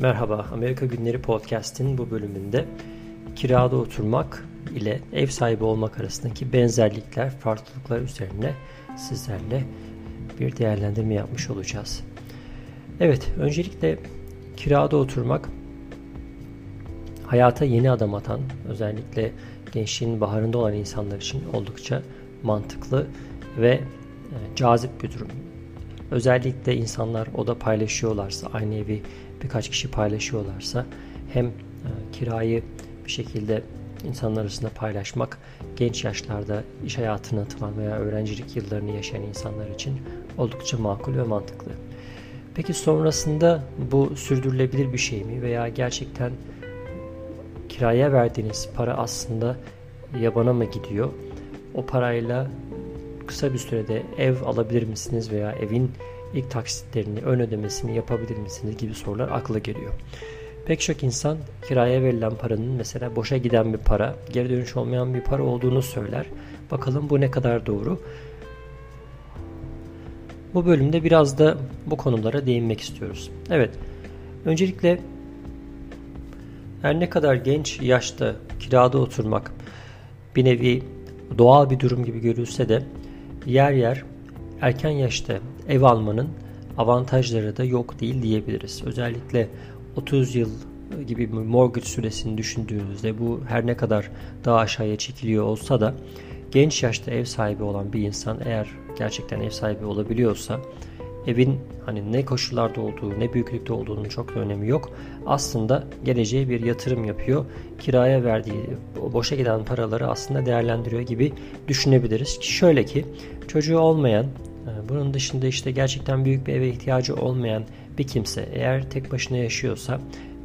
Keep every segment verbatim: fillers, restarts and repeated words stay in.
Merhaba, Amerika Günleri Podcast'in bu bölümünde kirada oturmak ile ev sahibi olmak arasındaki benzerlikler, farklılıklar üzerine sizlerle bir değerlendirme yapmış olacağız. Evet, öncelikle kirada oturmak hayata yeni adım atan, özellikle gençliğin baharında olan insanlar için oldukça mantıklı ve cazip bir durum. Özellikle insanlar oda paylaşıyorlarsa, aynı evi birkaç kişi paylaşıyorlarsa hem e, kirayı bir şekilde insanlar arasında paylaşmak genç yaşlarda iş hayatına atılan veya öğrencilik yıllarını yaşayan insanlar için oldukça makul ve mantıklı. Peki sonrasında bu sürdürülebilir bir şey mi veya gerçekten kiraya verdiğiniz para aslında yabana mı gidiyor? O parayla kısa bir sürede ev alabilir misiniz veya evin ilk taksitlerini, ön ödemesini yapabilir misiniz gibi sorular akla geliyor. Pek çok insan kiraya verilen paranın mesela boşa giden bir para, geri dönüş olmayan bir para olduğunu söyler. Bakalım bu ne kadar doğru? Bu bölümde biraz da bu konulara değinmek istiyoruz. Evet, öncelikle her ne kadar genç yaşta kirada oturmak bir nevi doğal bir durum gibi görülse de yer yer erken yaşta ev almanın avantajları da yok değil diyebiliriz. Özellikle otuz yıl gibi bir mortgage süresini düşündüğünüzde bu her ne kadar daha aşağıya çekiliyor olsa da genç yaşta ev sahibi olan bir insan eğer gerçekten ev sahibi olabiliyorsa evin hani ne koşullarda olduğu, ne büyüklükte olduğunun çok da önemi yok. Aslında geleceğe bir yatırım yapıyor. Kiraya verdiği, boşa giden paraları aslında değerlendiriyor gibi düşünebiliriz. Şöyle ki çocuğu olmayan, bunun dışında işte gerçekten büyük bir eve ihtiyacı olmayan bir kimse eğer tek başına yaşıyorsa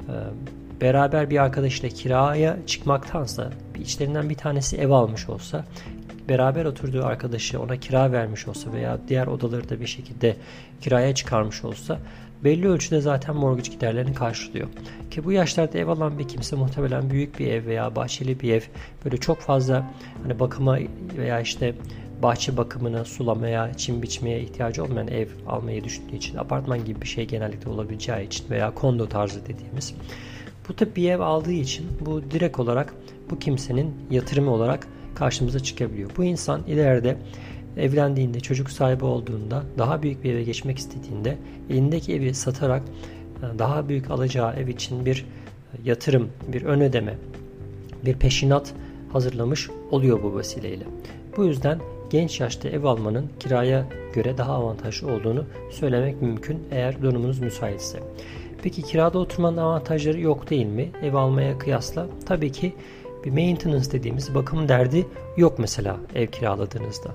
beraber bir arkadaşla kiraya çıkmaktansa içlerinden bir tanesi ev almış olsa, beraber oturduğu arkadaşı ona kira vermiş olsa veya diğer odaları da bir şekilde kiraya çıkarmış olsa belli ölçüde zaten mortgage giderlerini karşılıyor. Ki bu yaşlarda ev alan bir kimse muhtemelen büyük bir ev veya bahçeli bir ev, böyle çok fazla hani bakıma veya işte bahçe bakımına, sulamaya, çim biçmeye ihtiyacı olmayan ev almayı düşündüğü için, apartman gibi bir şey genellikle olabileceği için veya kondo tarzı dediğimiz bu tip bir ev aldığı için bu direkt olarak bu kimsenin yatırımı olarak karşımıza çıkabiliyor. Bu insan ileride evlendiğinde, çocuk sahibi olduğunda, daha büyük bir eve geçmek istediğinde elindeki evi satarak daha büyük alacağı ev için bir yatırım, bir ön ödeme, bir peşinat hazırlamış oluyor bu vesileyle. Bu yüzden genç yaşta ev almanın kiraya göre daha avantajlı olduğunu söylemek mümkün eğer durumunuz müsaitse. Peki kirada oturmanın avantajları yok değil mi? Ev almaya kıyasla tabii ki bir maintenance dediğimiz bakım derdi yok mesela ev kiraladığınızda.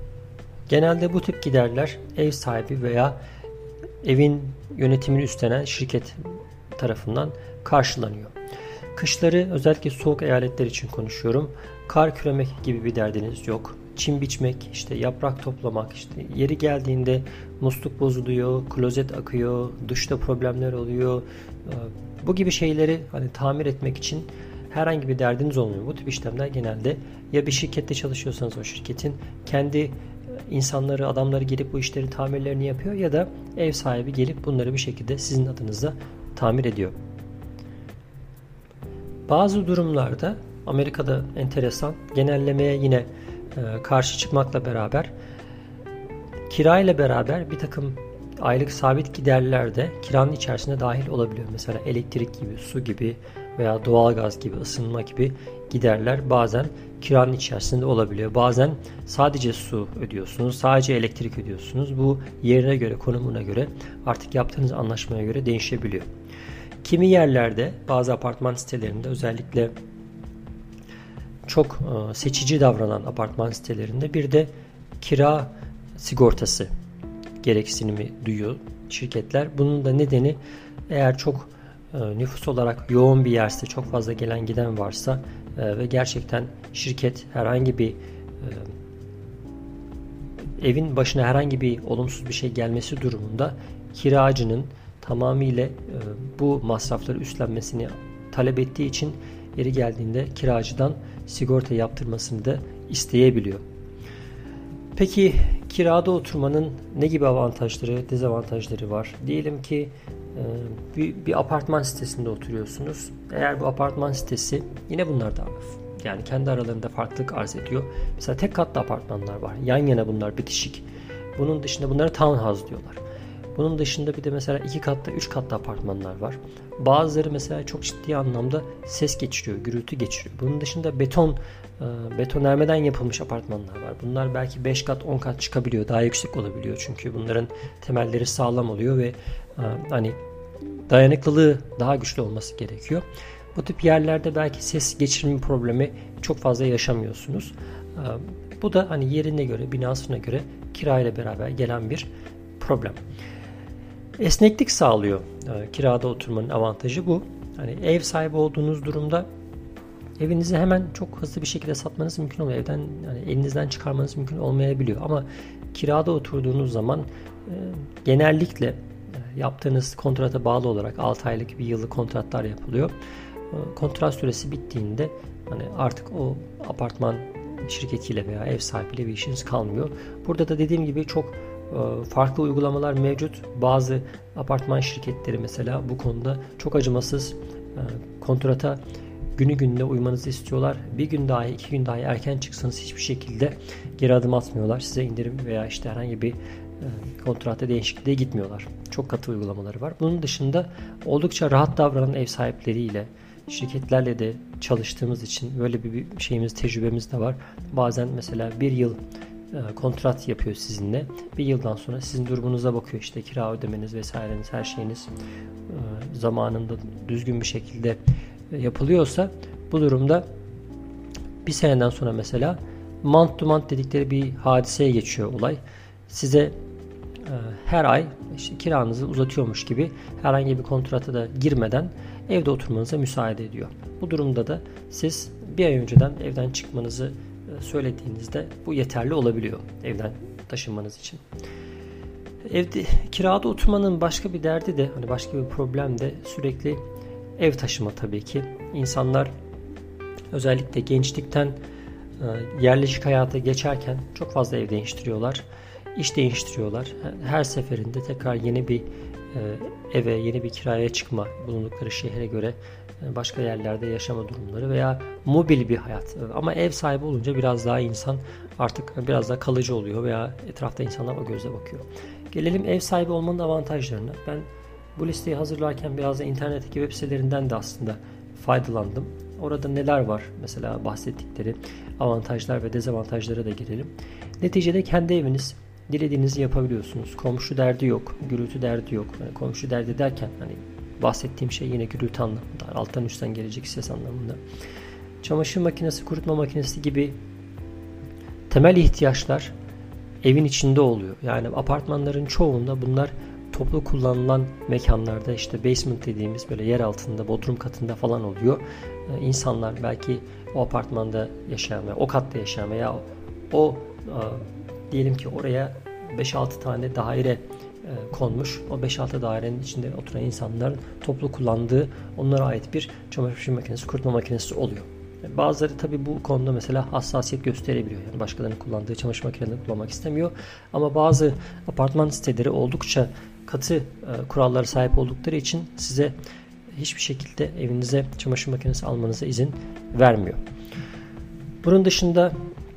Genelde bu tip giderler ev sahibi veya evin yönetimini üstlenen şirket tarafından karşılanıyor. Kışları özellikle soğuk eyaletler için konuşuyorum. Kar küremek gibi bir derdiniz yok. Çim biçmek, işte yaprak toplamak, işte yeri geldiğinde musluk bozuluyor, klozet akıyor, duşta problemler oluyor. Bu gibi şeyleri hani tamir etmek için herhangi bir derdiniz olmuyor. Bu tip işlemler genelde ya bir şirkette çalışıyorsanız o şirketin kendi insanları, adamları gelip bu işleri tamirlerini yapıyor ya da ev sahibi gelip bunları bir şekilde sizin adınıza tamir ediyor. Bazı durumlarda Amerika'da enteresan, genellemeye yine e, karşı çıkmakla beraber kirayla beraber bir takım aylık sabit giderler de kiranın içerisine dahil olabiliyor. Mesela elektrik gibi, su gibi veya doğalgaz gibi, ısınma gibi giderler bazen kiranın içerisinde olabiliyor. Bazen sadece su ödüyorsunuz, sadece elektrik ödüyorsunuz. Bu yerine göre, konumuna göre artık yaptığınız anlaşmaya göre değişebiliyor. Kimi yerlerde, bazı apartman sitelerinde özellikle çok seçici davranan apartman sitelerinde bir de kira sigortası gereksinimi duyuyor şirketler. Bunun da nedeni eğer çok nüfus olarak yoğun bir yerse, çok fazla gelen giden varsa ve gerçekten şirket herhangi bir evin başına herhangi bir olumsuz bir şey gelmesi durumunda kiracının tamamıyla bu masrafları üstlenmesini talep ettiği için yeri geldiğinde kiracıdan sigorta yaptırmasını da isteyebiliyor. Peki kirada oturmanın ne gibi avantajları, dezavantajları var? Diyelim ki bir, bir apartman sitesinde oturuyorsunuz. Eğer bu apartman sitesi yine bunlar da yani kendi aralarında farklılık arz ediyor. Mesela tek katlı apartmanlar var. Yan yana bunlar bitişik. Bunun dışında bunlara townhouse diyorlar. Bunun dışında bir de mesela iki katlı, üç katlı apartmanlar var. Bazıları mesela çok ciddi anlamda ses geçiriyor, gürültü geçiriyor. Bunun dışında beton, betonarmeden yapılmış apartmanlar var. Bunlar belki beş kat, on kat çıkabiliyor. Daha yüksek olabiliyor. Çünkü bunların temelleri sağlam oluyor ve hani dayanıklılığı daha güçlü olması gerekiyor. Bu tip yerlerde belki ses geçirme problemi çok fazla yaşamıyorsunuz. Bu da hani yerine göre, binasına göre kirayla beraber gelen bir problem. Esneklik sağlıyor. Kirada oturmanın avantajı bu. Hani ev sahibi olduğunuz durumda evinizi hemen çok hızlı bir şekilde satmanız mümkün olmuyor. Evden yani elinizden çıkarmanız mümkün olmayabiliyor. Ama kirada oturduğunuz zaman e, genellikle yaptığınız kontrata bağlı olarak altı aylık bir yıllık kontratlar yapılıyor. E, kontrat süresi bittiğinde hani artık o apartman şirketiyle veya ev sahibiyle bir işiniz kalmıyor. Burada da dediğim gibi çok farklı uygulamalar mevcut. Bazı apartman şirketleri mesela bu konuda çok acımasız, kontrata günü gününe uymanızı istiyorlar. Bir gün dahi, iki gün dahi erken çıksanız hiçbir şekilde geri adım atmıyorlar. Size indirim veya işte herhangi bir kontratta değişikliğe gitmiyorlar. Çok katı uygulamaları var. Bunun dışında oldukça rahat davranan ev sahipleriyle, şirketlerle de çalıştığımız için böyle bir şeyimiz, tecrübemiz de var. Bazen mesela bir yıl kontrat yapıyor sizinle. Bir yıldan sonra sizin durumunuza bakıyor. İşte kira ödemeniz vesaireniz, her şeyiniz zamanında düzgün bir şekilde yapılıyorsa bu durumda bir seneden sonra mesela month to month dedikleri bir hadiseye geçiyor olay. Size her ay işte kiranızı uzatıyormuş gibi herhangi bir kontrata da girmeden evde oturmanıza müsaade ediyor. Bu durumda da siz bir ay önceden evden çıkmanızı söylediğinizde bu yeterli olabiliyor evden taşınmanız için. Evde kirada oturmanın başka bir derdi de hani başka bir problem de sürekli ev taşıma tabii ki. İnsanlar özellikle gençlikten yerleşik hayata geçerken çok fazla ev değiştiriyorlar. İş değiştiriyorlar. Her seferinde tekrar yeni bir eve, yeni bir kiraya çıkma, bulundukları şehre göre başka yerlerde yaşama durumları veya mobil bir hayat. Ama ev sahibi olunca biraz daha insan artık biraz daha kalıcı oluyor veya etrafta insanlar o gözle bakıyor. Gelelim ev sahibi olmanın avantajlarına. Ben bu listeyi hazırlarken biraz da internetteki web sitelerinden de aslında faydalandım. Orada neler var? Mesela bahsettikleri avantajlar ve dezavantajlara da girelim. Neticede kendi eviniz, dilediğinizi yapabiliyorsunuz. Komşu derdi yok, gürültü derdi yok. Yani komşu derdi derken hani bahsettiğim şey yine gürültü anlamında, alttan üstten gelecek ses anlamında. Çamaşır makinesi, kurutma makinesi gibi temel ihtiyaçlar evin içinde oluyor. Yani apartmanların çoğunda bunlar toplu kullanılan mekanlarda, işte basement dediğimiz böyle yer altında, bodrum katında falan oluyor. Ee, insanlar belki o apartmanda yaşayan veya o katta yaşayan veya o e, diyelim ki oraya beş altı tane daire e, konmuş. O beş altı dairenin içinde oturan insanların toplu kullandığı, onlara ait bir çamaşır makinesi, kurutma makinesi oluyor. Yani bazıları tabii bu konuda mesela hassasiyet gösterebiliyor. Yani başkalarının kullandığı çamaşır makinelerini kullanmak istemiyor. Ama bazı apartman siteleri oldukça katı e, kurallara sahip oldukları için size hiçbir şekilde evinize çamaşır makinesi almanıza izin vermiyor. Bunun dışında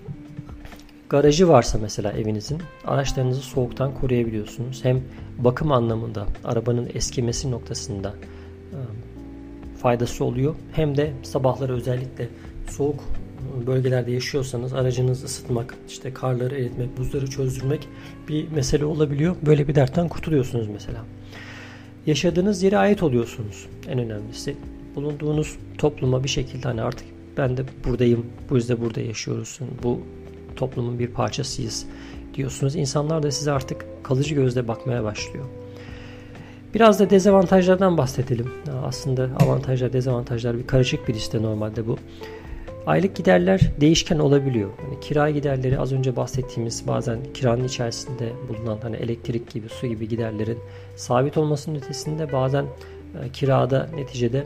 garajı varsa mesela evinizin, araçlarınızı soğuktan koruyabiliyorsunuz. Hem bakım anlamında arabanın eskimesi noktasında e, faydası oluyor. Hem de sabahları özellikle soğuk bölgelerde yaşıyorsanız aracınızı ısıtmak, işte karları eritmek, buzları çözdürmek bir mesele olabiliyor. Böyle bir dertten kurtuluyorsunuz mesela. Yaşadığınız yere ait oluyorsunuz. En önemlisi bulunduğunuz topluma bir şekilde hani artık ben de buradayım, biz de burada yaşıyoruz, bu toplumun bir parçasıyız diyorsunuz. İnsanlar da size artık kalıcı gözle bakmaya başlıyor. Biraz da dezavantajlardan bahsedelim. Aslında avantajlar, dezavantajlar bir karışık bir liste normalde bu. Aylık giderler değişken olabiliyor. Yani kira giderleri az önce bahsettiğimiz bazen kiranın içerisinde bulunan hani elektrik gibi, su gibi giderlerin sabit olmasının ötesinde bazen e, kirada neticede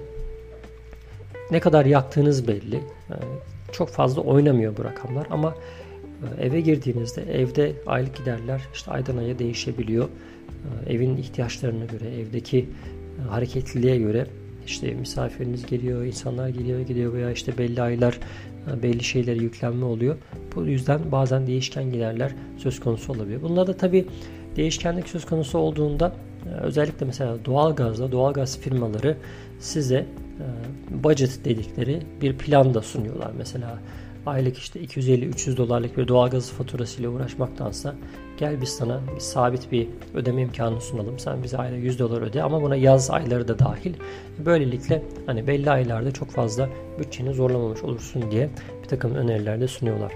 ne kadar yaktığınız belli. Yani çok fazla oynamıyor bu rakamlar ama Eve girdiğinizde evde aylık giderler işte aydan aya değişebiliyor. Evin ihtiyaçlarına göre, evdeki hareketliliğe göre işte misafiriniz geliyor, insanlar geliyor gidiyor veya işte belli aylar belli şeylere yüklenme oluyor. Bu yüzden bazen değişken giderler söz konusu olabiliyor. Bunlarda tabii değişkenlik söz konusu olduğunda özellikle mesela doğalgazda doğalgaz firmaları size budget dedikleri bir plan da sunuyorlar. Mesela aylık işte iki yüz elli üç yüz dolarlık bir doğalgaz faturasıyla uğraşmaktansa gel biz sana bir sabit bir ödeme imkanı sunalım. Sen bize ayda yüz dolar öde ama buna yaz ayları da dahil. Böylelikle hani belli aylarda çok fazla bütçeni zorlamamış olursun diye bir takım öneriler de sunuyorlar.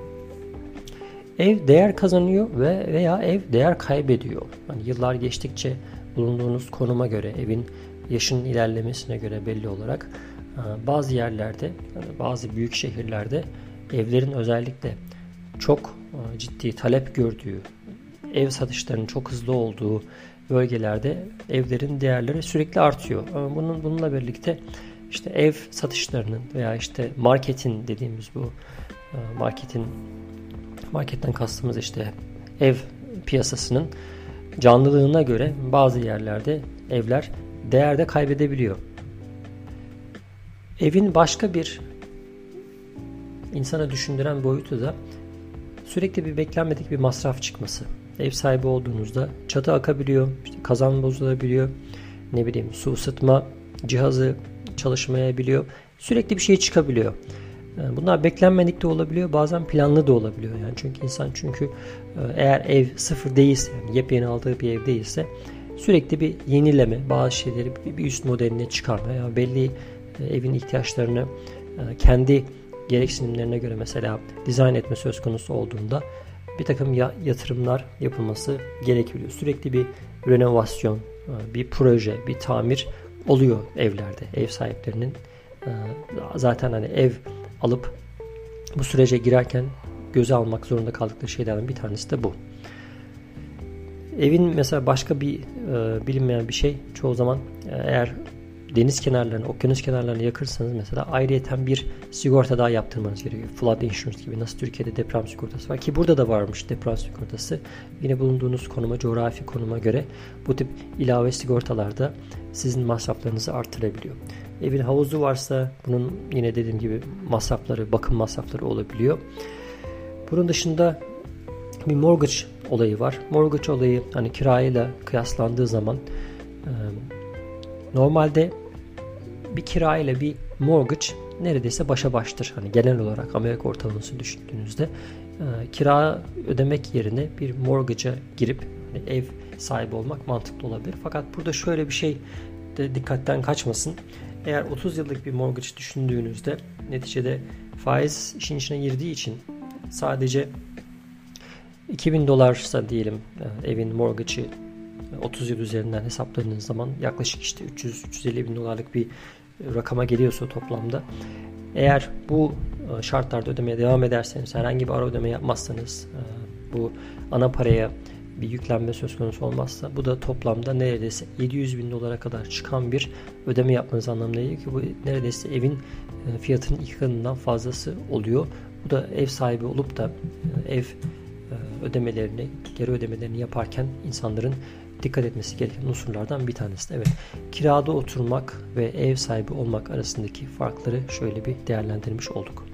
Ev değer kazanıyor ve veya ev değer kaybediyor. Hani yıllar geçtikçe bulunduğunuz konuma göre, evin yaşının ilerlemesine göre belli olarak bazı yerlerde, bazı büyük şehirlerde evlerin özellikle çok ciddi talep gördüğü, ev satışlarının çok hızlı olduğu bölgelerde evlerin değerleri sürekli artıyor. Bunun bununla birlikte işte ev satışlarının veya işte marketin dediğimiz bu marketin marketten kastımız işte ev piyasasının canlılığına göre bazı yerlerde evler değerde kaybedebiliyor. Evin başka bir insana düşündüren boyutu da sürekli bir beklenmedik bir masraf çıkması. Ev sahibi olduğunuzda çatı akabiliyor, işte kazan bozulabiliyor, ne bileyim su ısıtma cihazı çalışmayabiliyor. Sürekli bir şey çıkabiliyor. Bunlar beklenmedik de olabiliyor, bazen planlı da olabiliyor. Yani çünkü insan çünkü eğer ev sıfır değilse, yani yepyeni aldığı bir ev değilse sürekli bir yenileme, bazı şeyleri bir üst modeline çıkarma, yani belli evin ihtiyaçlarını kendi gereksinimlerine göre mesela dizayn etme söz konusu olduğunda bir takım yatırımlar yapılması gerekiyor. Sürekli bir renovasyon, bir proje, bir tamir oluyor evlerde. Ev sahiplerinin zaten hani ev alıp bu sürece girerken göze almak zorunda kaldıkları şeylerden bir tanesi de bu. Evin mesela başka bir e, bilinmeyen bir şey çoğu zaman e, eğer deniz kenarlarını, okyanus kenarlarını yakırsanız mesela ayrıyeten bir sigorta daha yaptırmanız gerekiyor. Flood insurance gibi, nasıl Türkiye'de deprem sigortası var ki burada da varmış deprem sigortası. Yine bulunduğunuz konuma, coğrafi konuma göre bu tip ilave sigortalarda sizin masraflarınızı artırabiliyor. Evin havuzu varsa bunun yine dediğim gibi masrafları, bakım masrafları olabiliyor. Bunun dışında bir mortgage olayı var. Mortgage olayı hani kirayla kıyaslandığı zaman e, normalde bir kira ile bir mortgage neredeyse başa baştır. Hani genel olarak Amerika ortalamasını düşündüğünüzde e, kira ödemek yerine bir mortgage'a girip hani ev sahibi olmak mantıklı olabilir. Fakat burada şöyle bir şey de dikkatten kaçmasın. Eğer otuz yıllık bir mortgage düşündüğünüzde neticede faiz işin içine girdiği için sadece iki bin dolarsa diyelim evin mortgage'ı otuz yıl üzerinden hesapladığınız zaman yaklaşık işte üç yüz üç yüz elli bin dolarlık bir rakama geliyorsa toplamda, eğer bu şartlarda ödemeye devam ederseniz, herhangi bir ara ödeme yapmazsanız, bu ana paraya bir yüklenme söz konusu olmazsa, bu da toplamda neredeyse yedi yüz bin dolara kadar çıkan bir ödeme yapmanız anlamına geliyor ki bu neredeyse evin fiyatının iki katından fazlası oluyor. Bu da ev sahibi olup da ev ödemelerini, geri ödemelerini yaparken insanların dikkat etmesi gereken unsurlardan bir tanesi. Evet, kirada oturmak ve ev sahibi olmak arasındaki farkları şöyle bir değerlendirmiş olduk.